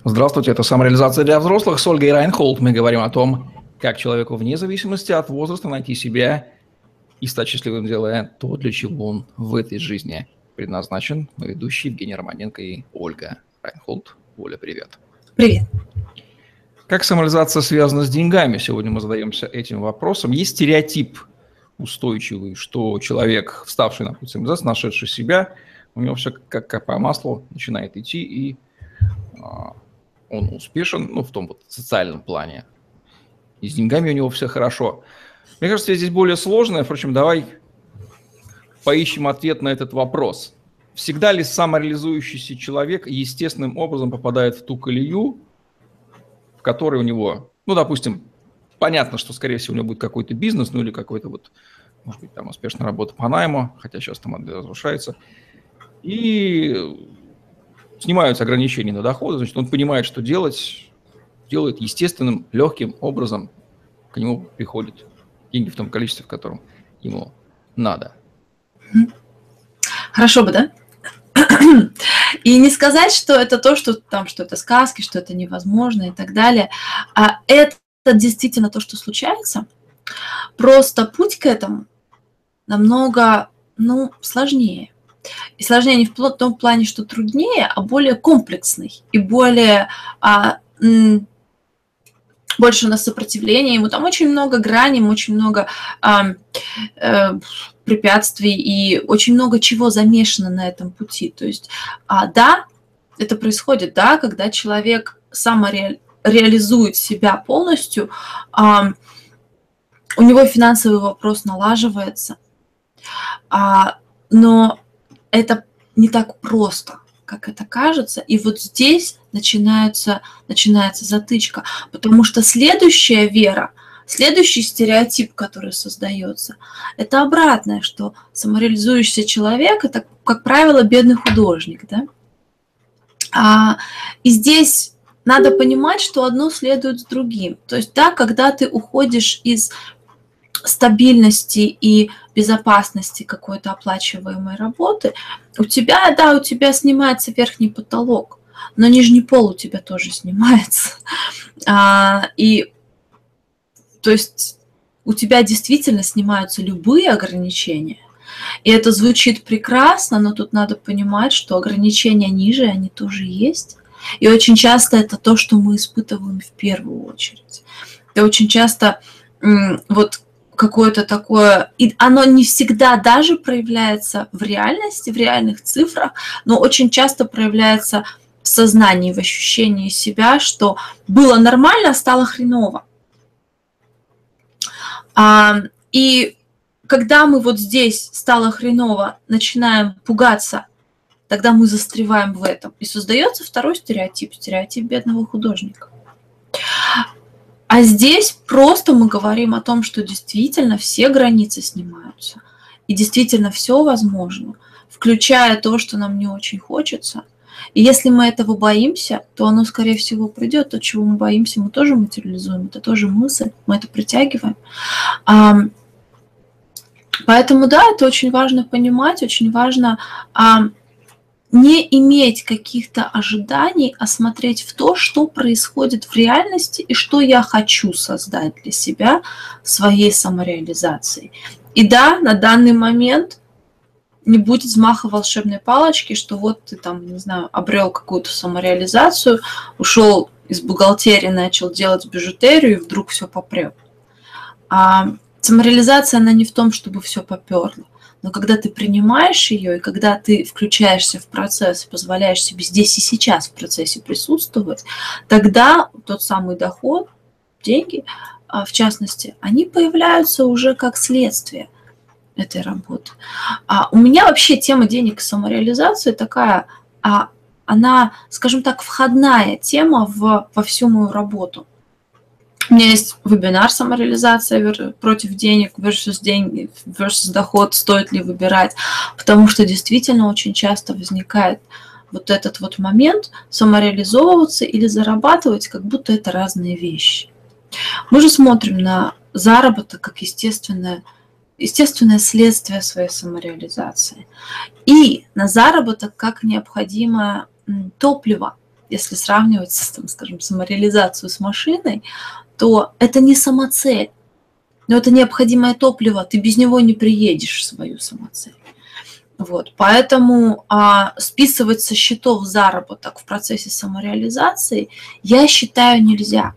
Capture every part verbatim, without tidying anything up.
Здравствуйте, это «Самореализация для взрослых» с Ольгой Райнхолд. Мы говорим о том, как человеку вне зависимости от возраста найти себя и стать счастливым, делая то, для чего он в этой жизни предназначен. Мы ведущие Евгений Романенко и Ольга Райнхолд. Оля, привет. Привет. Как самореализация связана с деньгами? Сегодня мы задаемся этим вопросом. Есть стереотип устойчивый, что человек, вставший на путь самореализации, нашедший себя, у него все как, как по маслу начинает идти, и а, он успешен, ну, в том вот социальном плане. И с деньгами у него все хорошо. Мне кажется, здесь более сложное. Впрочем, давай поищем ответ на этот вопрос. Всегда ли самореализующийся человек естественным образом попадает в ту колею, в которой у него, ну, допустим, понятно, что, скорее всего, у него будет какой-то бизнес, ну, или какой-то вот, может быть, там успешная работа по найму, хотя сейчас там она разрушается, и снимаются ограничения на доходы, значит, он понимает, что делать, делает естественным, легким образом, к нему приходят деньги в том количестве, в котором ему надо. Хорошо бы, да? И не сказать, что это то, что там, что это сказки, что это невозможно и так далее. А это действительно то, что случается. Просто путь к этому намного, ну, сложнее. И сложнее не в том плане, что труднее, а более комплексный и более а, м, больше на сопротивление ему. Там очень много граней, очень много а, э, препятствий и очень много чего замешано на этом пути. То есть, а, да, это происходит, да, когда человек самореализует себя полностью, а, у него финансовый вопрос налаживается, а, но это не так просто, как это кажется. И вот здесь начинается, начинается затычка, потому что следующая вера, следующий стереотип, который создается, это обратное, что самореализующийся человек – это, как правило, бедный художник. Да? А, и здесь надо понимать, что одно следует с другим. То есть, да, когда ты уходишь из стабильности и безопасности какой-то оплачиваемой работы, у тебя, да, у тебя снимается верхний потолок, но нижний пол у тебя тоже снимается. А, и то есть у тебя действительно снимаются любые ограничения. И это звучит прекрасно, но тут надо понимать, что ограничения ниже, они тоже есть. И очень часто это то, что мы испытываем в первую очередь. И очень часто м, вот какое-то такое, и оно не всегда даже проявляется в реальности, в реальных цифрах, но очень часто проявляется в сознании, в ощущении себя, что было нормально, стало хреново. А, и когда мы вот здесь стало хреново, начинаем пугаться, тогда мы застреваем в этом. И создается второй стереотип, стереотип бедного художника. А здесь просто мы говорим о том, что действительно все границы снимаются. И действительно все возможно, включая то, что нам не очень хочется. И если мы этого боимся, то оно, скорее всего, придет. То, чего мы боимся, мы тоже материализуем. Это тоже мысль, мы это притягиваем. Поэтому, да, это очень важно понимать, очень важно не иметь каких-то ожиданий, а смотреть в то, что происходит в реальности и что я хочу создать для себя своей самореализацией. И да, на данный момент не будет взмаха волшебной палочки, что вот ты там, не знаю, обрел какую-то самореализацию, ушел из бухгалтерии, начал делать бижутерию, и вдруг все попрет. А самореализация, она не в том, чтобы все поперло. Но когда ты принимаешь ее, и когда ты включаешься в процесс, позволяешь себе здесь и сейчас в процессе присутствовать, тогда тот самый доход, деньги, в частности, они появляются уже как следствие этой работы. А у меня вообще тема денег и самореализации такая, а она, скажем так, входная тема в, во всю мою работу. У меня есть вебинар «Самореализация против денег versus деньги, versus доход, стоит ли выбирать», потому что действительно очень часто возникает вот этот вот момент самореализовываться или зарабатывать, как будто это разные вещи. Мы же смотрим на заработок как естественное, естественное следствие своей самореализации и на заработок как необходимое топливо если сравнивать, там, скажем, самореализацию с машиной, то это не самоцель, но это необходимое топливо, ты без него не приедешь в свою самоцель. Вот, поэтому а, списывать со счетов заработок в процессе самореализации, я считаю, нельзя.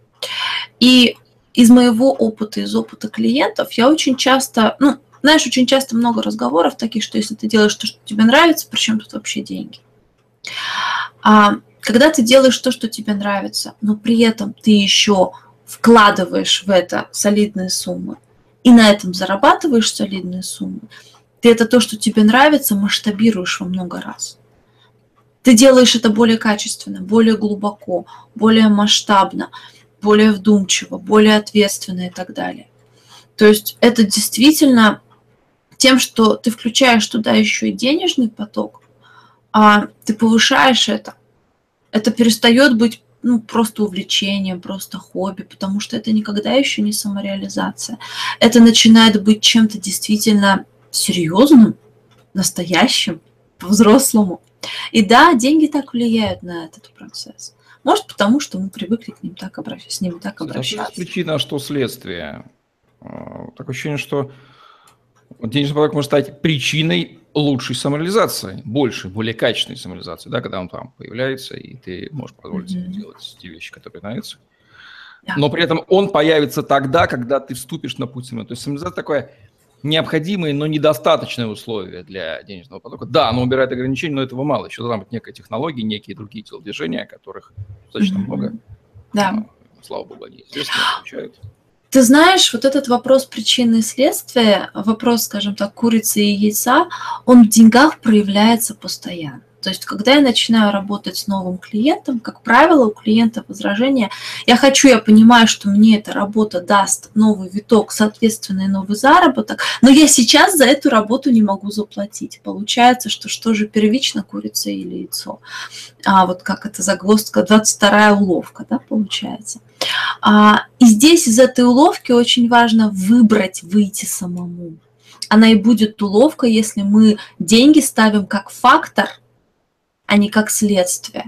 И из моего опыта, из опыта клиентов, я очень часто, ну, знаешь, очень часто много разговоров таких, что если ты делаешь то, что тебе нравится, причем тут вообще деньги. А, когда ты делаешь то, что тебе нравится, но при этом ты еще вкладываешь в это солидные суммы и на этом зарабатываешь солидные суммы, ты это то, что тебе нравится, масштабируешь во много раз. Ты делаешь это более качественно, более глубоко, более масштабно, более вдумчиво, более ответственно и так далее. То есть это действительно тем, что ты включаешь туда еще и денежный поток, а ты повышаешь это, это перестает быть ну, просто увлечением, просто хобби, потому что это никогда еще не самореализация. Это начинает быть чем-то действительно серьезным, настоящим, по-взрослому. И да, деньги так влияют на этот процесс. Может, потому что мы привыкли к ним так обращаться, с ними так обращаться. А что причина, а что следствие? Такое ощущение, что денежный поток может стать причиной лучшей самореализации, большей, более качественной самореализации, да, когда он там появляется, и ты можешь позволить себе mm-hmm. делать те вещи, которые нравятся. Yeah. Но при этом он появится тогда, когда ты вступишь на путь самореализации. То есть самореализация такое необходимое, но недостаточное условие для денежного потока. Да, оно убирает ограничения, но этого мало. Еще должна быть некая технология, некие другие телодвижения, которых достаточно mm-hmm. много. Да. Но, слава богу, они известны, отвечают. Ты знаешь, вот этот вопрос причины и следствия, вопрос, скажем так, курицы и яйца, он в деньгах проявляется постоянно. То есть, когда я начинаю работать с новым клиентом, как правило, у клиента возражение: я хочу, я понимаю, что мне эта работа даст новый виток, соответственно, и новый заработок, но я сейчас за эту работу не могу заплатить. Получается, что что же первично, курица или яйцо? А вот как это загвоздка, двадцать вторая уловка, да, получается. А, и здесь из этой уловки очень важно выбрать, выйти самому. Она и будет уловка, если мы деньги ставим как фактор, а не как следствие.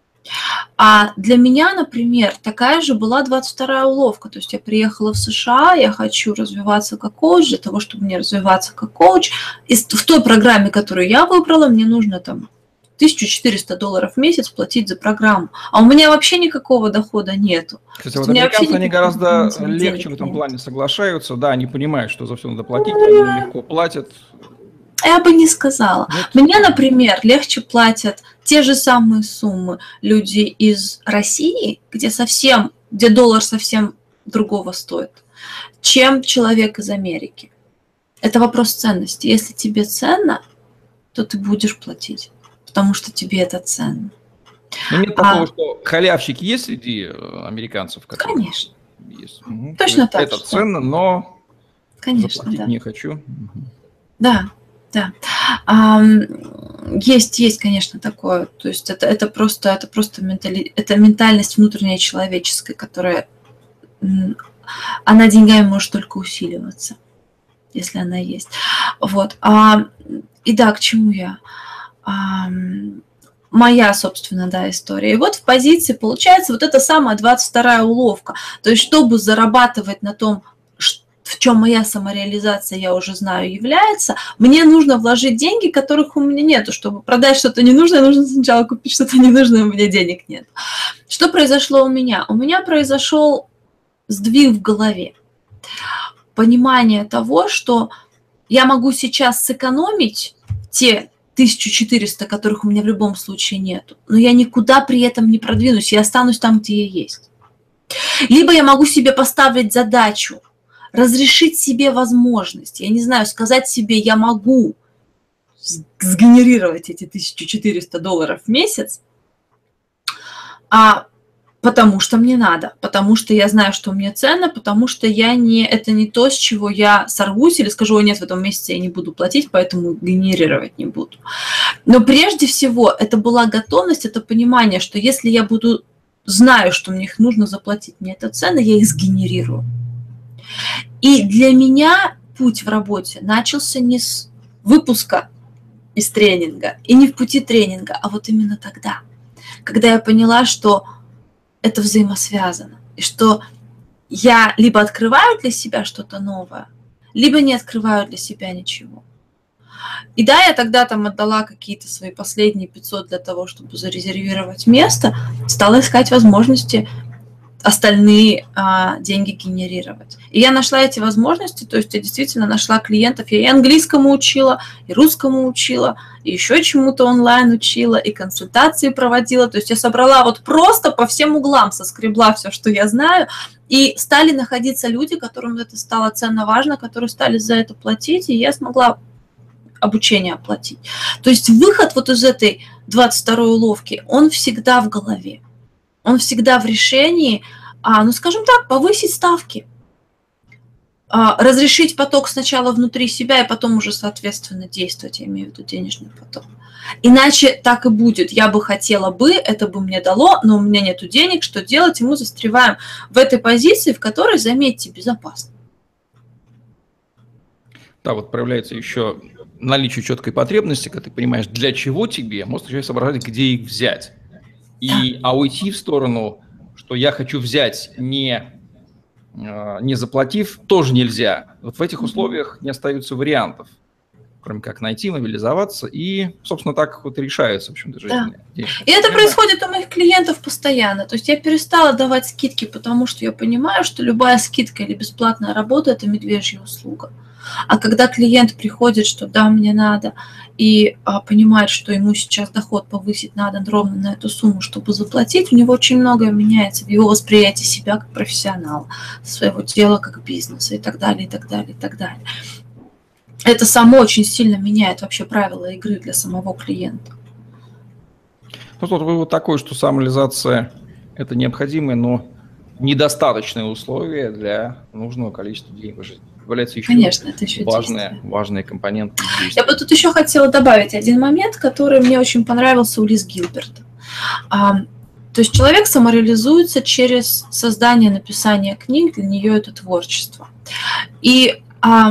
А для меня, например, такая же была двадцать вторая уловка. То есть я приехала в США, я хочу развиваться как коуч. Для того, чтобы мне развиваться как коуч, и в той программе, которую я выбрала, мне нужно там тысячу четыреста долларов в месяц платить за программу. А у меня вообще никакого дохода нету. Кстати, вот американцы, они гораздо легче в этом плане соглашаются. Да, они понимают, что за все надо платить, они легко платят. Я бы не сказала. Нет. Мне, например, легче платят те же самые суммы люди из России, где совсем, где доллар совсем другого стоит, чем человек из Америки. Это вопрос ценности. Если тебе ценно, то ты будешь платить, потому что тебе это ценно. Но нет такого, а... что халявщики есть среди американцев? Конечно. Есть. Угу. Точно так. Это ценно, но Конечно, заплатить да. не хочу. Угу. Да. Да, а, есть, есть, конечно, такое. То есть это, это просто, это просто ментали... это ментальность внутренняя человеческая, которая, она деньгами может только усиливаться, если она есть. Вот. А, и да, к чему я? А, моя, собственно, да, история. И вот в позиции получается вот эта самая двадцать вторая уловка. То есть, чтобы зарабатывать на том, что в чем моя самореализация, я уже знаю, является, мне нужно вложить деньги, которых у меня нету. Чтобы продать что-то ненужное, нужно сначала купить что-то ненужное, у меня денег нет. Что произошло у меня? У меня произошел сдвиг в голове. Понимание того, что я могу сейчас сэкономить те тысячу четыреста, которых у меня в любом случае нету, но я никуда при этом не продвинусь, я останусь там, где я есть. Либо я могу себе поставить задачу, разрешить себе возможность, я не знаю, сказать себе, я могу сгенерировать эти тысячу четыреста долларов в месяц, а потому что мне надо, потому что я знаю, что мне ценно, потому что я не, это не то, с чего я сорвусь или скажу, о нет, в этом месяце я не буду платить, поэтому генерировать не буду. Но прежде всего это была готовность, это понимание, что если я буду, знаю, что мне их нужно заплатить, мне это ценно, я их сгенерирую. И для меня путь в работе начался не с выпуска из тренинга и не в пути тренинга, а вот именно тогда. когда я поняла, что это взаимосвязано, и что я либо открываю для себя что-то новое, либо не открываю для себя ничего. И да, я тогда там отдала какие-то свои последние пятьсот для того, чтобы зарезервировать место, стала искать возможности остальные а, деньги генерировать. И я нашла эти возможности, то есть я действительно нашла клиентов, я и английскому учила, и русскому учила, и еще чему-то онлайн учила, и консультации проводила, то есть я собрала вот просто по всем углам, соскребла все, что я знаю, и стали находиться люди, которым это стало ценно важно, которые стали за это платить, и я смогла обучение оплатить. То есть выход вот из этой двадцать второй уловки, он всегда в голове. Он всегда в решении, а, ну, скажем так, повысить ставки, а, разрешить поток сначала внутри себя и потом уже, соответственно, действовать, я имею в виду денежный поток. Иначе так и будет. Я бы хотела бы, это бы мне дало, но у меня нету денег, что делать? И мы застреваем в этой позиции, в которой, заметьте, безопасно. Да, вот проявляется еще наличие четкой потребности, когда ты понимаешь, для чего тебе, мозг начинает соображать, где их взять. И, а уйти в сторону, что я хочу взять, не, не заплатив, тоже нельзя. Вот в этих условиях не остается вариантов, кроме как найти, мобилизоваться, и, собственно, так вот решаются, в общем-то, жизненные. Да. И это происходит у моих клиентов постоянно. То есть я перестала давать скидки, потому что я понимаю, что любая скидка или бесплатная работа – это медвежья услуга. А когда клиент приходит, что да, мне надо, и а, понимает, что ему сейчас доход повысить надо ровно на эту сумму, чтобы заплатить, у него очень многое меняется в его восприятии себя как профессионала, своего дела как бизнеса и так далее, и так далее, и так далее. Это само очень сильно меняет вообще правила игры для самого клиента. Ну, тут вывод такой, что самореализация – это необходимое, но недостаточное условие для нужного количества денег в жизни. Является еще, Конечно, это еще важные, важные компоненты. Я бы тут еще хотела добавить один момент, который мне очень понравился у Лиз Гилберт. А, то есть человек самореализуется через создание, написание книг, для нее это творчество. И а,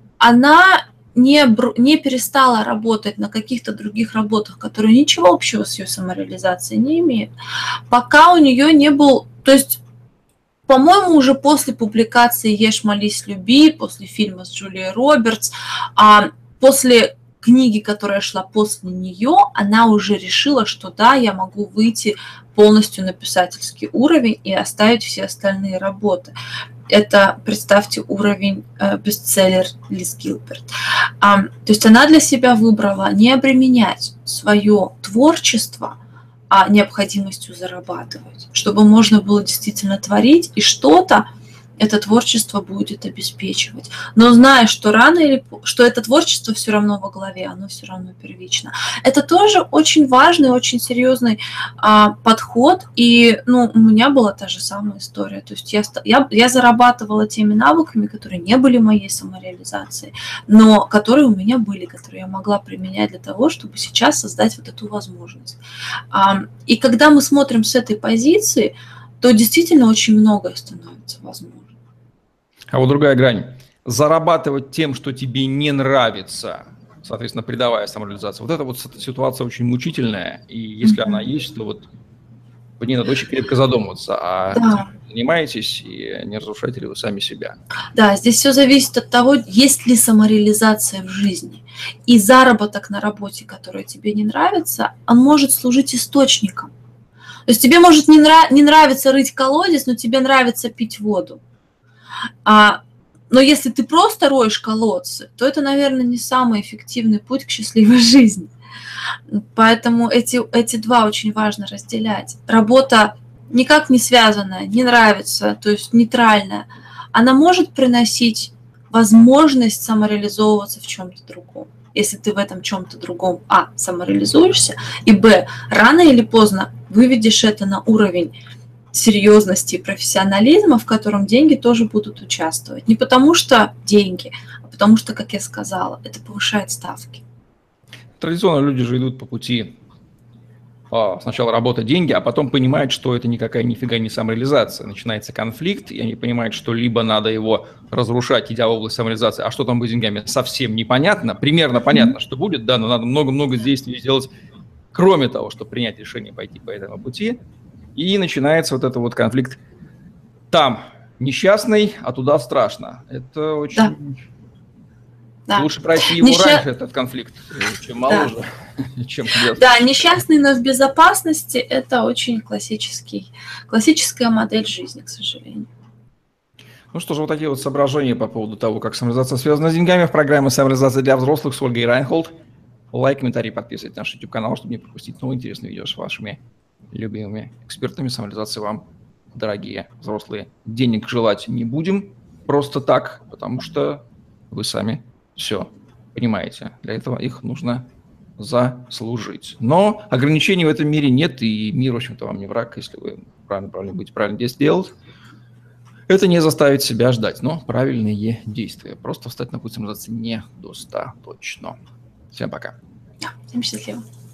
она не, не перестала работать на каких-то других работах, которые ничего общего с ее самореализацией не имеют, пока у нее не был... То есть, по-моему, уже после публикации «Ешь, молись, люби», после фильма с Джулией Робертс, а после книги, которая шла после нее, она уже решила, что да, я могу выйти полностью на писательский уровень и оставить все остальные работы. Это, представьте, уровень э, бестселлер Лиз Гилберт. А, то есть она для себя выбрала не обременять свое творчество, а необходимостью зарабатывать, чтобы можно было действительно творить, и что-то это творчество будет обеспечивать. Но зная, что рано или что это творчество все равно во главе, оно все равно первично. Это тоже очень важный, очень серьезный а, подход. И ну, у меня была та же самая история. То есть я, я, я зарабатывала теми навыками, которые не были моей самореализацией, но которые у меня были, которые я могла применять для того, чтобы сейчас создать вот эту возможность. А, и когда мы смотрим с этой позиции, то действительно очень многое становится возможным. А вот другая грань. Зарабатывать тем, что тебе не нравится, соответственно, придавая самореализацию. Вот эта вот ситуация очень мучительная. И если mm-hmm. она есть, то вот по ней надо очень крепко задумываться. А да. занимаетесь и не разрушаете ли вы сами себя? Да, здесь все зависит от того, есть ли самореализация в жизни. И заработок на работе, который тебе не нравится, он может служить источником. То есть тебе может не, нрав- не нравиться рыть колодец, но тебе нравится пить воду. А, но если ты просто роешь колодцы, то это, наверное, не самый эффективный путь к счастливой жизни. Поэтому эти, эти два очень важно разделять. Работа никак не связанная, не нравится, то есть нейтральная, она может приносить возможность самореализовываться в чем-то другом. Если ты в этом чем-то другом, а, самореализуешься, и, б, рано или поздно выведешь это на уровень серьезности и профессионализма, в котором деньги тоже будут участвовать. Не потому что деньги, а потому что, как я сказала, это повышает ставки. Традиционно люди же идут по пути а, сначала работа, деньги, а потом понимают, что это никакая нифига не самореализация. Начинается конфликт, и они понимают, что либо надо его разрушать, идя в область самореализации, а что там будет с деньгами, совсем непонятно. Примерно понятно, mm-hmm. что будет, да, но надо много-много действий сделать, кроме того, чтобы принять решение пойти по этому пути, и начинается вот этот вот конфликт. Там несчастный, а туда страшно. Это очень... Да. Да. Лучше пройти его Несча... раньше, этот конфликт, чем моложе. Да, чем да, несчастный, но в безопасности – это очень классический, классическая модель жизни, к сожалению. Ну что же, вот такие вот соображения по поводу того, как самореализация связана с деньгами в программе «Самореализация для взрослых» с Ольгой Райнхолд. Лайк, комментарий, подписывайтесь на наш YouTube-канал, чтобы не пропустить новые интересные видео с вашими любимыми экспертами самореализации вам, дорогие взрослые. Денег желать не будем просто так, потому что вы сами все понимаете. Для этого их нужно заслужить. Но ограничений в этом мире нет, и мир, в общем-то, вам не враг, если вы правильно, правильно будете правильно действия делать. Это не заставит себя ждать, но правильные действия. Просто встать на путь самореализации недостаточно. Всем пока. Да, всем счастливо.